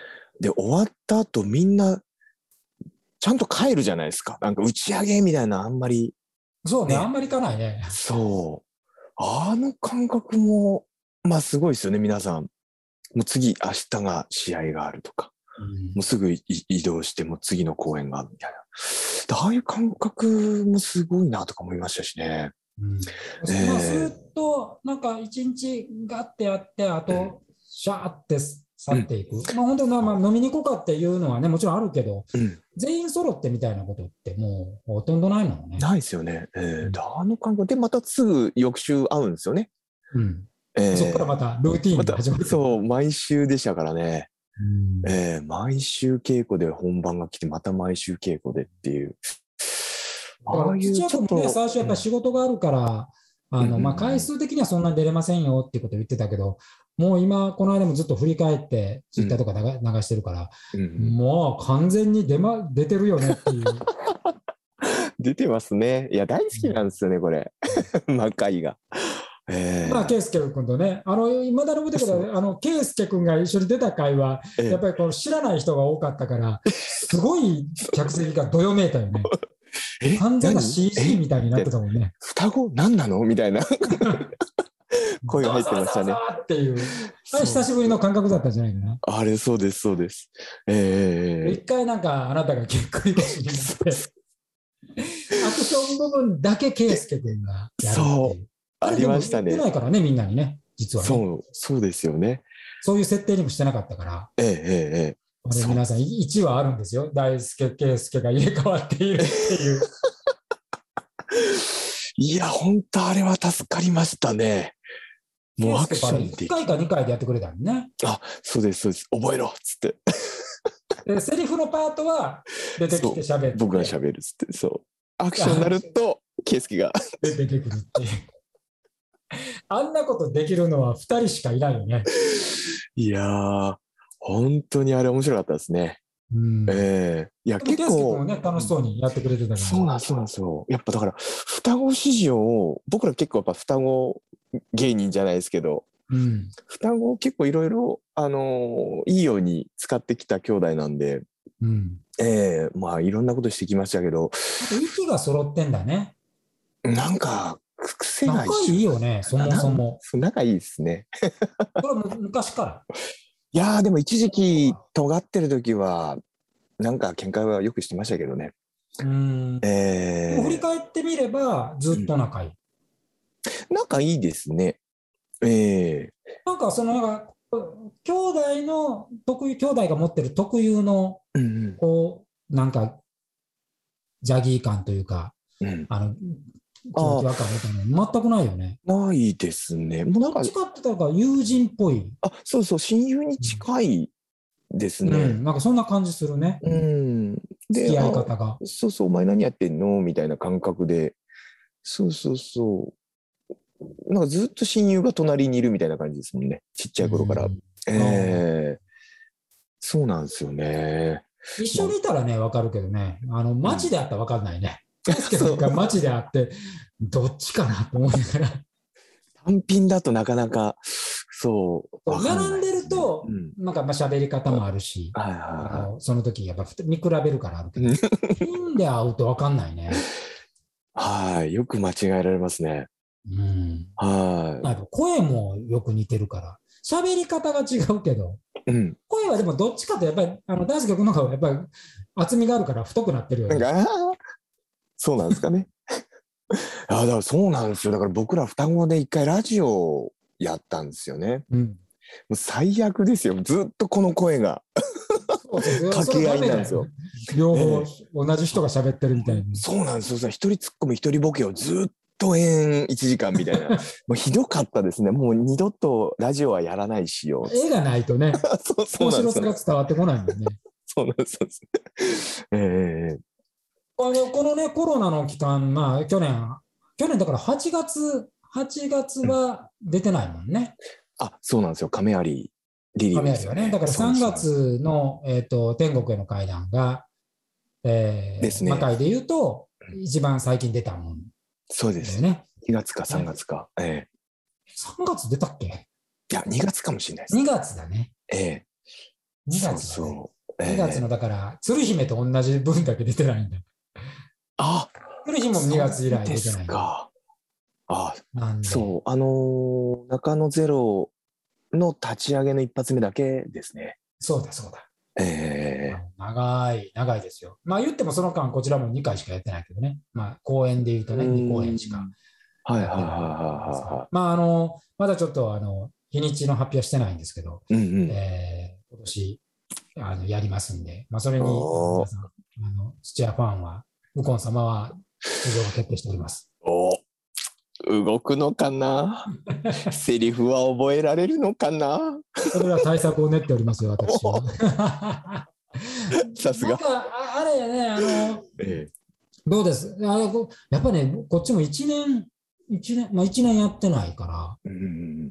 で、終わった後みんなちゃんと帰るじゃないですか。なんか打ち上げみたいなあんまり。 そうね、 ねあんまり行かないね。 そう。あの感覚も、まあすごいですよね、皆さん。もう次、明日が試合があるとか、 うん、 もうすぐ移動して、もう次の公演があるみたいな。ああいう感覚もすごいなとか思いましたしね。 うん、 えまあ、するえと、なんか一日ガッてやって、あうんと、シャーって去うん。 っていく。まあ、本当にまあまあ飲みに行こうかっていうのはね、もちろんあるけど、 うん。 全員揃ってみたいなことってもうほとんどないもんね。 ないですよね。ええうんあの感覚で、またすぐ翌週会うんですよね。 うん、そこからええまたルーティーンがまた、 始まるから。 そう、毎週でしたからね。 うん、 ええ毎週稽古で本番が来て、また毎週稽古でっていう。 だからああいう土屋君もね、 ちょっと、 最初やっぱり仕事があるから、 うんうんあのまあ、回数的にはそんなに出れませんよっていうことを言ってたけど、もう今、この間もずっと振り返って、ツイッターとか流流してるから、 うんうんうんもう完全に出,、ま、出てるよねっていう。 出てますね。いや、大好きなんですよね、これ。魔界が。 まあ、 え圭介君とね、あの、いまだに覚えてるけそうど、あの、圭介君が一緒に出た回は、 ええやっぱりこう知らない人が多かったから、すごい客席がどよめいたよね。 え、 完全な何シージーえみたいになってたもんね。 双子何なのみたいな声が入っざわざてましたね。 わざわざわっていう、あれそう久しぶりの感覚だったんじゃないかな。 あれ、そうです、そうです。ええ一回なんかあなたがぎっくり腰になって、アクション部分だけ圭介君がやるってそう、 いう。あありれでも言ってましたね。 ないからね、みんなにね、実はね。 そう、そうですよね。 そういう設定にもしてなかったから。 ええええええあれそう。 皆さんいちわあるんですよ。大輔圭介が入れ替わっているっていう。 いや、本当あれは助かりましたね。もうアク圭介から1 ションでき、 回かにかいでやってくれたのね。 あ、そうです、そうです。覚えろっつって。 で、セリフのパートは出てきてそう、 喋って、 僕が喋るっつって、そう。アクションになると、ケイスケが。 で出てくるっていう。あんなことできるのはふたりしかいないよね。 いやー、本当にあれ面白かったですね。 うん。でええいや、 も、 結構、 圭介君はね、楽しそうにやってくれてたから。 そうなん、そうなんですよ。やっぱだから、双子市場を、僕ら結構やっぱ双子芸人じゃないですけど、 うん。 双子を結構いろいろ、あのーいいように使ってきた兄弟なんで、 うん。 ええまあいろんなことしてきましたけど、 あと、息が揃ってんだね。 なんか、く癖が一仲い緒。 いよね、そな、なもそも。 仲いいですね。 これはむ昔から。 いやー、でも一時期、尖ってる時は、なんか喧嘩はよくしてましたけどね。 うん。でも振りえ返ってみれば、ずっえうんと仲いい。 仲いいですね。ええなんかそのなんか兄弟の特有、兄弟が持ってる特有のうんこうなんかジャギー感というか、 うん。うん。 あのキワあキワ感みたいなの全くないよね。 あ、ないですね。もうなんか、 どっちかって言ったら友人っぽい。 あ、そうそう、親友に近いですうね。 ん、なんかそんな感じするね。 うん。で、あ、 付き合い方が。 そうそう、お前何やってんのみたいな感覚で。そうそうそう。なんかずっと親友が隣にいるみたいな感じですもんね。ちっちゃい頃から。 うん、 ええそうなんですよね。 一緒まにいたらね、わかるけどね、あのうん、 街であったらわかんないね。圭介そう。 君が街であって、どっちかなと思いながら。 単品だとなかなか、そう、わかん並んでないですね。 ると、 うん。 なんかまあ喋り方もあるし、 はいはいあはのその時やっぱ見比べるからあるけい。うど、 んピンで会うと分かんないね。 はい。よく間違えられますね。 うん。 はあと声もよく似てるから、喋り方が違うけど、 い。うん。 声はでもどっちかとやっぱり、あの大輔君の方がやっぱり厚みがあるから太くなってるよね。 なんか、あーそうなんですかね。あ、だからそうなんですよ。だから僕ら双子で一回ラジオやったんですよね。 うん。 もう最悪ですよ。ずっとこの声がそうそうそう、そ掛け合れダメだよいなんですよ。 ね。両方ええ同じ人が喋ってるみたいに。 そうなんですよ。一人ツッコミ、一人ボケをずっと延々いちじかんみたいな。もうひどかったですね。もう二度とラジオはやらないしよう。 絵がないとね、 そうそう面なんですよ。 白さが伝わってこないもんね。 そうなんです。そうですええあのこのね、コロナの期間、まあ、去年、去年だからはちがつ、はちがつうんは出てないもんね。 あ、そうなんですよ。亀有リリーブ亀有はね。 ですよね。 だから3 そうですそうです月の、えーと、天国への階段が、えー、魔ですね。 界で言うと、 うん一番最近出たもんそうです。 だよね。 にがつか3 ね月か。ええさんがつ出たっけ？ いや、にがつかもしれないです。 に 月だね。 ええにがつの、ね、 そうそう、えー、 にがつのだから鶴姫と同じ分だけ出てないんだ。 あ、 鶴姫もにがつ以来出てないんだ。 そうですか。あ、 なんでそう、あのー中野ゼロの立ち上げの一発目だけですね。 そうだそうだ。 えー、 長い、長いですよ。まあ言ってもその間、こちらもにかいしかやってないけどね。まあ公演で言うとね、にこえんしかはいはいはいやってない。 はまああの、まだちょっとあの、日にちの発表してないんですけど、 いはい。うんうん。 えー、今年あのやりますんで、まあそれにおー皆さん、あの土屋ファンは、ウコン様は出場が決定しております。 おー、動くのかなセリフは覚えられるのかなそれは対策を練っておりますよ、私は。 さすが。 なんか、ああれやね、あの、 ええ、 どうですあやっぱね、こっちもいちねん、一年、まあいちねんやってないから、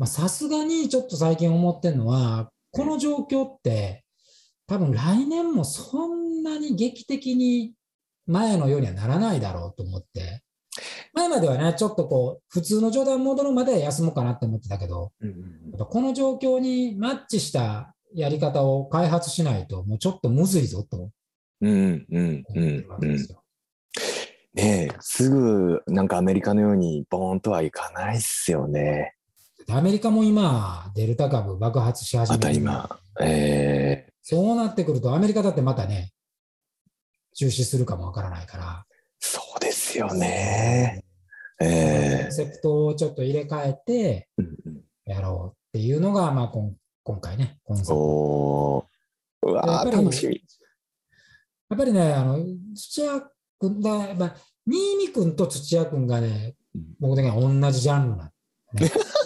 さすがにちょっと最近思ってるのは、この状況って、多分来年もそんなに劇的に前のようにはならないだろうと思って、前まではね、ちょっとこう、普通の状態に戻るまで休もうかなって思ってたけど、やっぱこの状況にマッチしたやり方を開発しないと、もうちょっとむずいぞと思うんうんってうんるわうん。 けですよ。 ねえ、すぐなんかアメリカのようにボーンとはいかないっすよね。 アメリカも今、デルタ株爆発し始まめてる。 た今、ええ、 そうなってくると、アメリカだってまたね、中止するかもわからないから、 そうですよね。 だからコええ、 ンセプトをちょっと入れ替えてうんうん、 やろうっていうのが、まあ、こん今回ね、コンセプト。 おー、うわー、 でやっぱり、 楽しみ。 やっぱりね、あの土屋君だ、まあ、新見君と土屋君がね、僕的には同じジャンルなんね。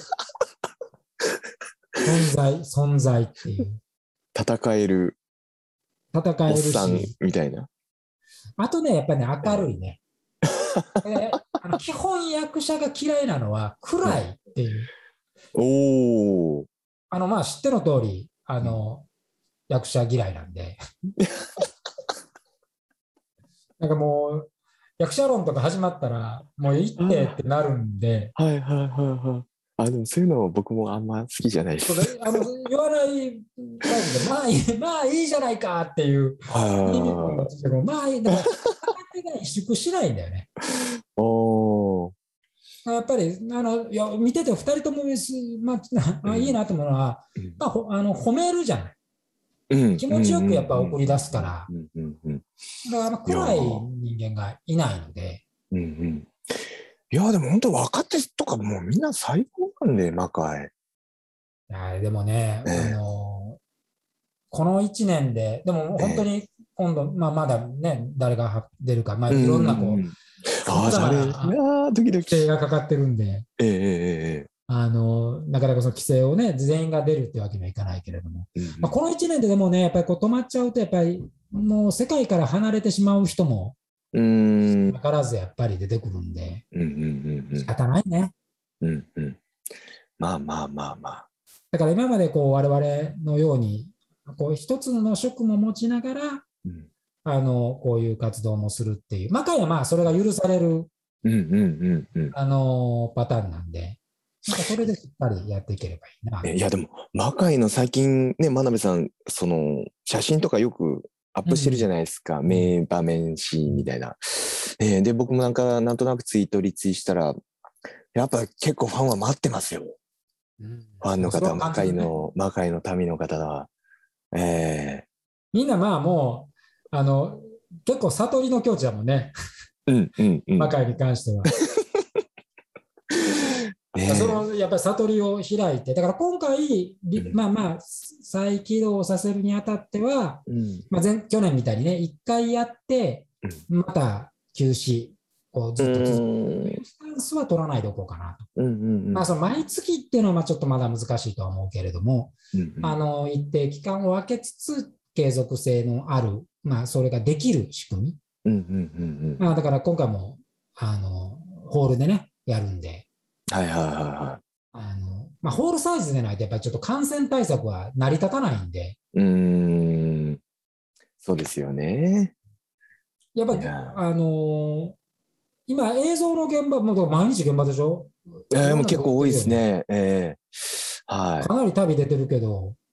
存在、存在っていう。 戦える戦えるおっさんし、 みたいな。 あとね、やっぱりね、明るいね。であの基本役者が嫌いなのは暗いっていう。 おー。 あの、まあ知っての通り、あの、役者嫌いなんで。なんかもう、役者論とか始まったら、もう行ってってなるんで、 はいはいはいはい。あ、でもそういうの僕もあんま好きじゃないです。 あの言わないタイプで、まあいい、まあいいじゃないかっていう、 はまあいい、だから、手が萎縮しないんだよね。 い。おー。 やっぱり、あの、いや、見ててふたりとも、まあ、あいいなと思うのは、まあ、あの褒めるじゃない。 うん、 気持ちよくやっぱ送り出すから、 うんうんうん、 だから暗い人間がいないので。 うんうん、いや、でも本当若手とかもうみんな最高なんで、魔界。 いやでもね、 ええ、 あのこのいちねんで、でも本当に今度、まあ、まだね、誰が出るか、まあ、いろんなこう、さまざまな規制がかかってるんで、 ええええ、 あのなかなかその規制をね、全員が出るってわけにはいかないけれども、うん、まあ、このいちねんででもね、やっぱりこう止まっちゃうと、やっぱりもう世界から離れてしまう人も、 うん、 分からずやっぱり出てくるんで、 うんうんうん、 仕方ないね。 うんうん、まあまあまあまあ。 だから今までこう我々のように、こう一つの職も持ちながら、うん、あのこういう活動もするっていう、魔界はまあそれが許される、 うんうんうんうん、 あのパターンなんで、なんかそれでしっかりやっていければいいな。 いやでも魔界の最近ね、真鍋さんその写真とかよくアップしてるじゃないですか、うん、名場面シーンみたいな、えー、で僕もなんかなんとなくツイートリツイしたら、やっぱ結構ファンは待ってますよ、うん、ファンの方、魔界の魔界の民の方は、えー、 みんなまあもうあの結構悟りの境地だもんね、 うんうんうん、 魔界に関しては。ね、そのやっぱり悟りを開いて、だから今回、うん、まあまあ再起動させるにあたっては、うん、まあ、前去年みたいにね、いっかいやって、また休止をずっと続けるスタンスは取らないでおこうかなと。うんうんうん、まあ、その毎月っていうのはまあちょっとまだ難しいとは思うけれども、うんうん、あの一定期間を空けつつ、継続性のある、まあ、それができる仕組み。うんうんうんうん、まあ、だから今回もあのホールでね、やるんで。 はいはいはいはい。 あのまあ、ホールサイズでないとやっぱりちょっと感染対策は成り立たないんで。 うーん、そうですよね。 やっぱりあのー、今映像の現場もう毎日現場でしょ。 えー、もう結構多いですね。えー、はい。 かなり旅出てるけど。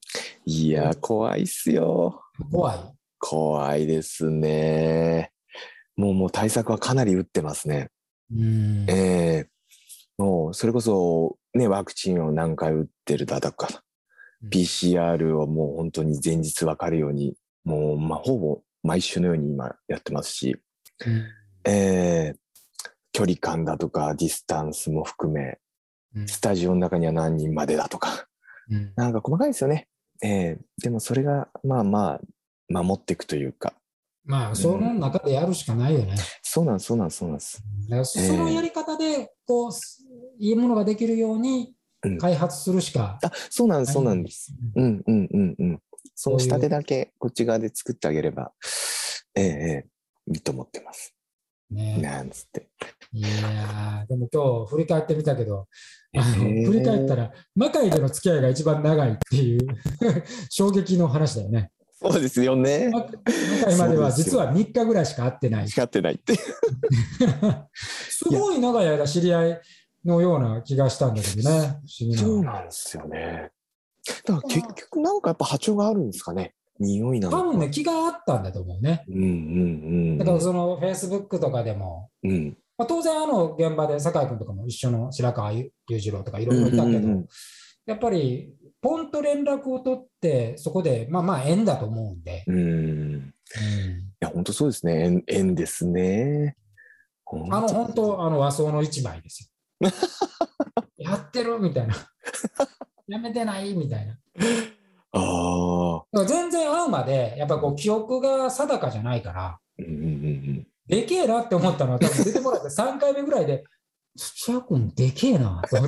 いや、怖いっすよ。 怖い。 怖いですね。もう、もう対策はかなり打ってますね。 うん。 ええもう、それこそ、ね、ワクチンを何回打ってるだとか、ピーシーアール をもう本当に前日わかるように、もう、まあ、ほぼ毎週のように今やってますし、 うん。 ええ距離感だとか、ディスタンスも含め、 うんスタジオの中には何人までだとか、 うん。 なんか細かいですよね。ええでもそれが、まあまあ、守っていくというか、 まあ、そのうん、 中でやるしかないよね。 そうなんです、そうなんです、そうなんです。 だからそのやええり方で、こう、すいいものができるようにうん。 開発するしかあ、そうなんです、 ない。 そうなんです。うん、うん、うん、うん。その下そういう、 手だけこっち側で作ってあげれば、ええええいいと思ってます。 ね。 なんつって。 いやー、でも今日振り返ってみたけど、あの、振り返ったええら、魔界での付き合いが一番長いっていう衝撃の話だよね。 そうですよね。 ま魔界まそうではですよ。 実はみっかぐらいしか会ってない。 光ってないって。 すいや、 ごい長い間知り合いのような気がしたんだけどね。不思議そうな。 なんですよね。だから結局なんかやっぱ波長があるんですかね。匂いなのか。 多分ね、気があったんだと思うね。 うんうんだからうんその Facebook とかでも、 うん。うん。 まあ、当然あの現場で酒井君とかも一緒の白川裕次郎とかいろいろいうんうんたけど、 うんやっぱりポンと連絡を取って、そこでまあまあ縁だと思うんで、 うん。うん。 うん、 いや、本当そうですね。縁、縁ですね。 あの本当。 本当、あの和装の一枚ですよ。やってるみたいな。やめてないみたいな。 ああ。 だから全然会うまで、やっぱこう記憶が定かじゃないから、 うんうんうんでけえなって思ったのは、多分出てもらってさんかいめぐらいで、土屋君でけえなと思って、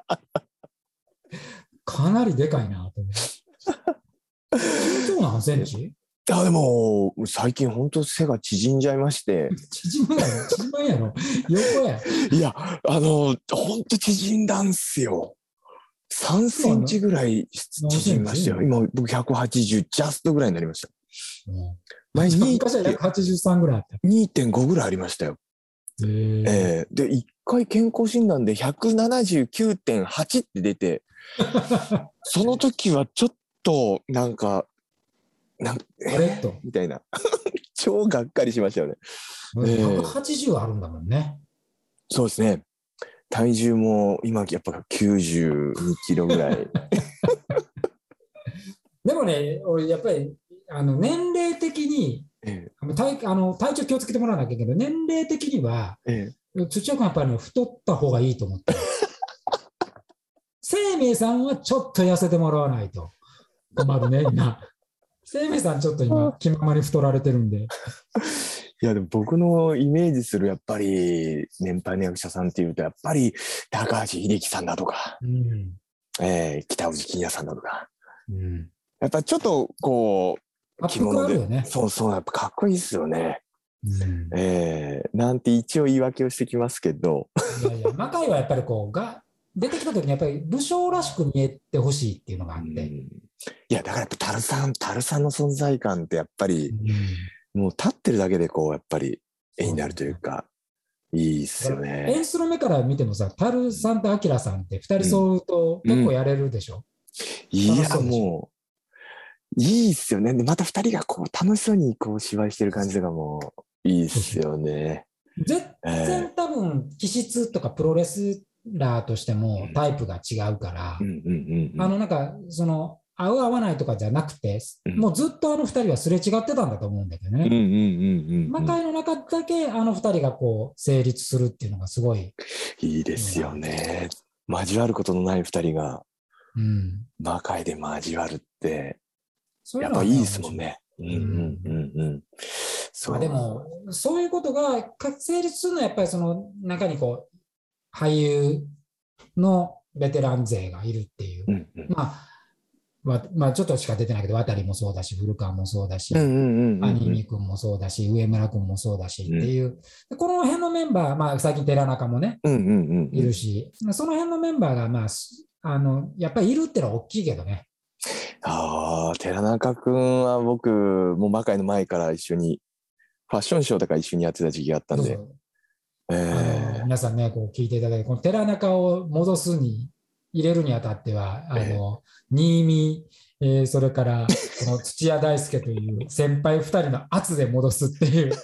かなりでかいなと思って。身長何センチ？ あ、でも、最近本当背が縮んじゃいまして。 縮むやろ縮まんやろ横や。 いや、あの、本当縮んだんすよ。さんセンチぐらい何センチ？ 縮みましたよ。今、僕ひゃくはちじゅうジャストぐらいになりました。 うん前に昔はひゃくはちじゅうさんぐらいあった。 にてんごぐらいありましたよ。 へーえーで、いっかい健康診断で ひゃくななじゅうきゅうてんはち って出て、その時はちょっと、なんか、なんあれと。 みたいな。超がっかりしましたよね。ええひゃくはちじゅうあるんだもんね。 そうですね。体重も今やっぱきゅうじゅうにキロぐらい。 でもね、俺やっぱりあの年齢的にえあの体あの体調気をつけてもらわなきゃいけないけど、年齢的にはええ土屋君やっぱり、ね、太った方がいいと思ってる。生命さんはちょっと痩せてもらわないと困るね、今。生命さんちょっと今気ままに太られてるんで。 いやでも僕のイメージするやっぱり年配の役者さんっていうとやっぱり高橋英樹さんだとか、 うんえー北内金也さんだとか、 うん、 やっぱちょっとこう着圧迫物で、 あるよね。 そうそうやっぱかっこいいですよね。 うんえー、なんて一応言い訳をしてきますけど、 いやいや、魔界はやっぱりこうが出てきた時にやっぱり武将らしく見えてほしいっていうのがあって。 うんいやだからやっぱタルさんタルさんの存在感ってやっぱり、 うん、 もう立ってるだけでこうやっぱり絵になるというかいいっすよね。 演出の目から見てもさ、タルさんとアキラさんってふたり揃うとうん結構やれるでしょ。 いや楽しそうでしょもういいっすよね。でまた二人がこう楽しそうにこう芝居してる感じがもういいっすよね。 全え然多分気質とかプロレスラーとしてもタイプが違うからー、うんうんうんあのなんかその合う合わないとかじゃなくて、 うんもうずっとあのふたりはすれ違ってたんだと思うんだけどね。 うんうんうんうんうん魔界の中だけあのふたりがこう成立するっていうのがすごい。 いいですよね。交わることのない二人がうん。 魔界で交わるってそういうのはねやっぱいいですもんね。うんうんうんうん。そう。 まあでも、そういうことが成立するのは、やっぱりその中にこう、俳優のベテラン勢がいるっていう。 うんうんまあ、わまあ、ちょっとしか出てないけど、渡もそうだし、古川もそうだし、 うんうんうんうん兄見君もそうだし、上村君もそうだしっていう、でこの辺のメンバー、まあ、最近寺中もね、 うんうんうんうんいるし、その辺のメンバーが、まあ、すあの、やっぱりいるってのは大きいけどね。 ああ、寺中くんは僕、もう魔界の前から一緒に、ファッションショーとか一緒にやってた時期があったんで。 そうあえの皆さんね、こう聞いていただいて、この寺中を戻すに入れるにあたってはあの新見、えー、それからこの土屋大輔という先輩ふたりの圧で戻すっていう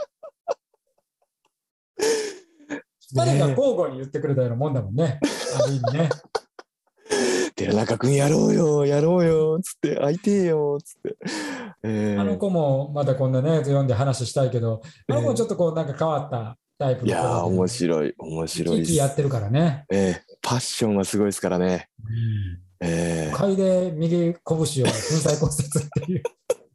ふたりが交互に言ってくれたようなもんだもんね、ある意味ね。 寺中君やろうよやろうよつって会いてえよつって、えー、 あの子もまたこんなね読んで話したいけど、あの子もちょっとこうなんか変わったタイプの子だけど、 いやー面白い面白いです。 生きやってるからね、 えー、パッションはすごいですからね。 うん、 えー、 都会で右拳を粉砕骨折っていう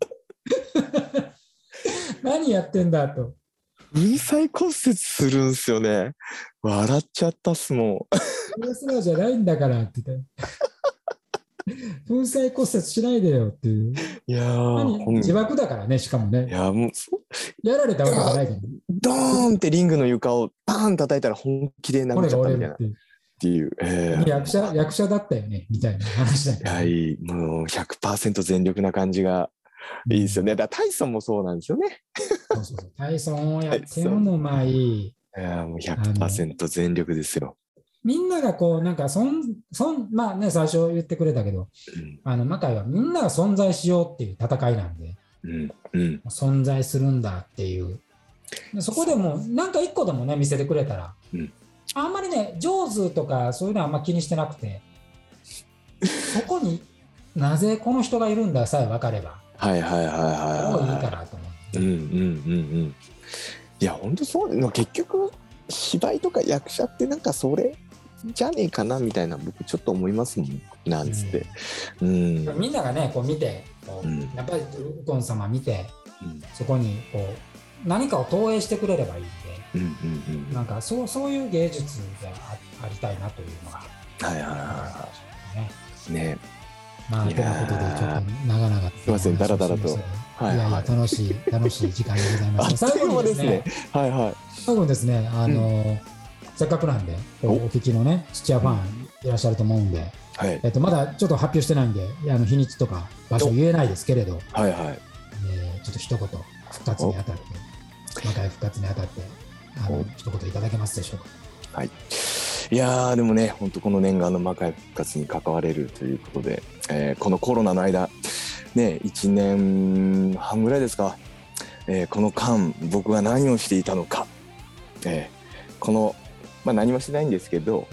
何やってんだと。 粉砕骨折するんすよね。笑っちゃったっすもん。 レスラーじゃないんだからって言って粉砕骨折しないでよっていう。 いやー自爆だからね、しかもね。 いやもうやられたわけじゃないから、ね、 ドーンってリングの床をバーン叩いたら本気で殴っちゃったみたいなっていう、えー、 役者役者だったよねみたいな話だけど、ね、 いやもう ひゃくパーセント 全力な感じがいいですよね。だからタイソンもそうなんですよね。 そうそうそう、タイソンをやってるのもまあいい。 いやもう ひゃくパーセント 全力ですよ。 みんながこうなんかそんそんまあね最初言ってくれたけど、うん、あの魔界はみんなが存在しようっていう戦いなんで、 うんうん、 存在するんだっていうそこでもなんか一個でもね見せてくれたら、うん、あんまりね上手とかそういうのはあんま気にしてなくてそこになぜこの人がいるんださえ分かればはいはいはいはいはいいいかなと思う。 うんうんうんうんいや本当そうの結局芝居とか役者ってなんかそれじゃねえかなみたいな僕ちょっと思いますもんなんつって、 うんうん、みんながねこう見てこう、うん、やっぱり右近様見て、うん、そこにこう何かを投影してくれればいいんで、うんうんうん、なんかそうそういう芸術で あ, ありたいなというのがはいはいはいね。ねまあということでちょっと長々とすいませんだらだらと、 はいはい、いやいや楽しい楽しい時間でございます。最後にですね、 はいはい、 最後にですねあの、うん、せっかくなんでお聞きのね土屋ファンいらっしゃると思うんで、はいえっと、まだちょっと発表してないんであの日にちとか場所言えないですけれど、 はいはいえー、ちょっと一言復活にあたって魔界復活にあたってあの一言いただけますでしょうか。 はいいやーでもね本当この念願の魔界復活に関われるということで、えー、このコロナの間ねいちねんはんぐらいですか、えー、この間僕が何をしていたのか、えー、このまあ何もしてないんですけど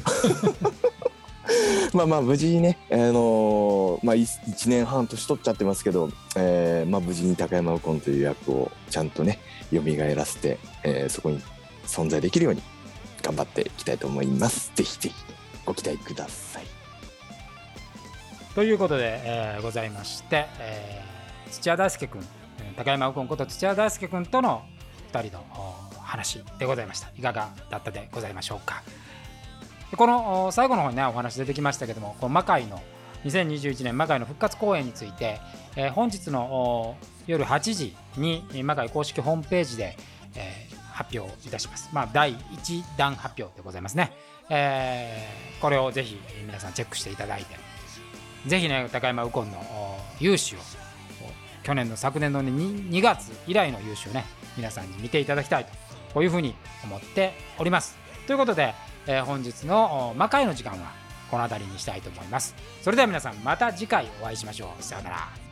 まあまあ無事にね、あのー、まあいちねんはん年取っちゃってますけど、えー、まあ無事に高山右近という役をちゃんとね蘇らせて、えー、そこに存在できるように頑張っていきたいと思います。ぜひぜひご期待ください。 ということで、えー、ございまして、えー、土屋大輔君高山右近こと土屋大輔君とのふたりの話でございました。いかがだったでございましょうか。この最後の方にねお話出てきましたけども、この魔界のにせんにじゅういちねん魔界の復活公演について、えー、本日の夜はちじに魔界公式ホームページで、えー、発表いたします。まあだいいちだん発表でございますね、えー、これをぜひ皆さんチェックしていただいて、ぜひね高山右近の勇姿を去年の昨年の 2, にがつ以来の勇姿をね皆さんに見ていただきたいとこういうふうに思っております。ということでえー、本日の魔界の時間はこの辺りにしたいと思います。それでは皆さんまた次回お会いしましょう。さようなら。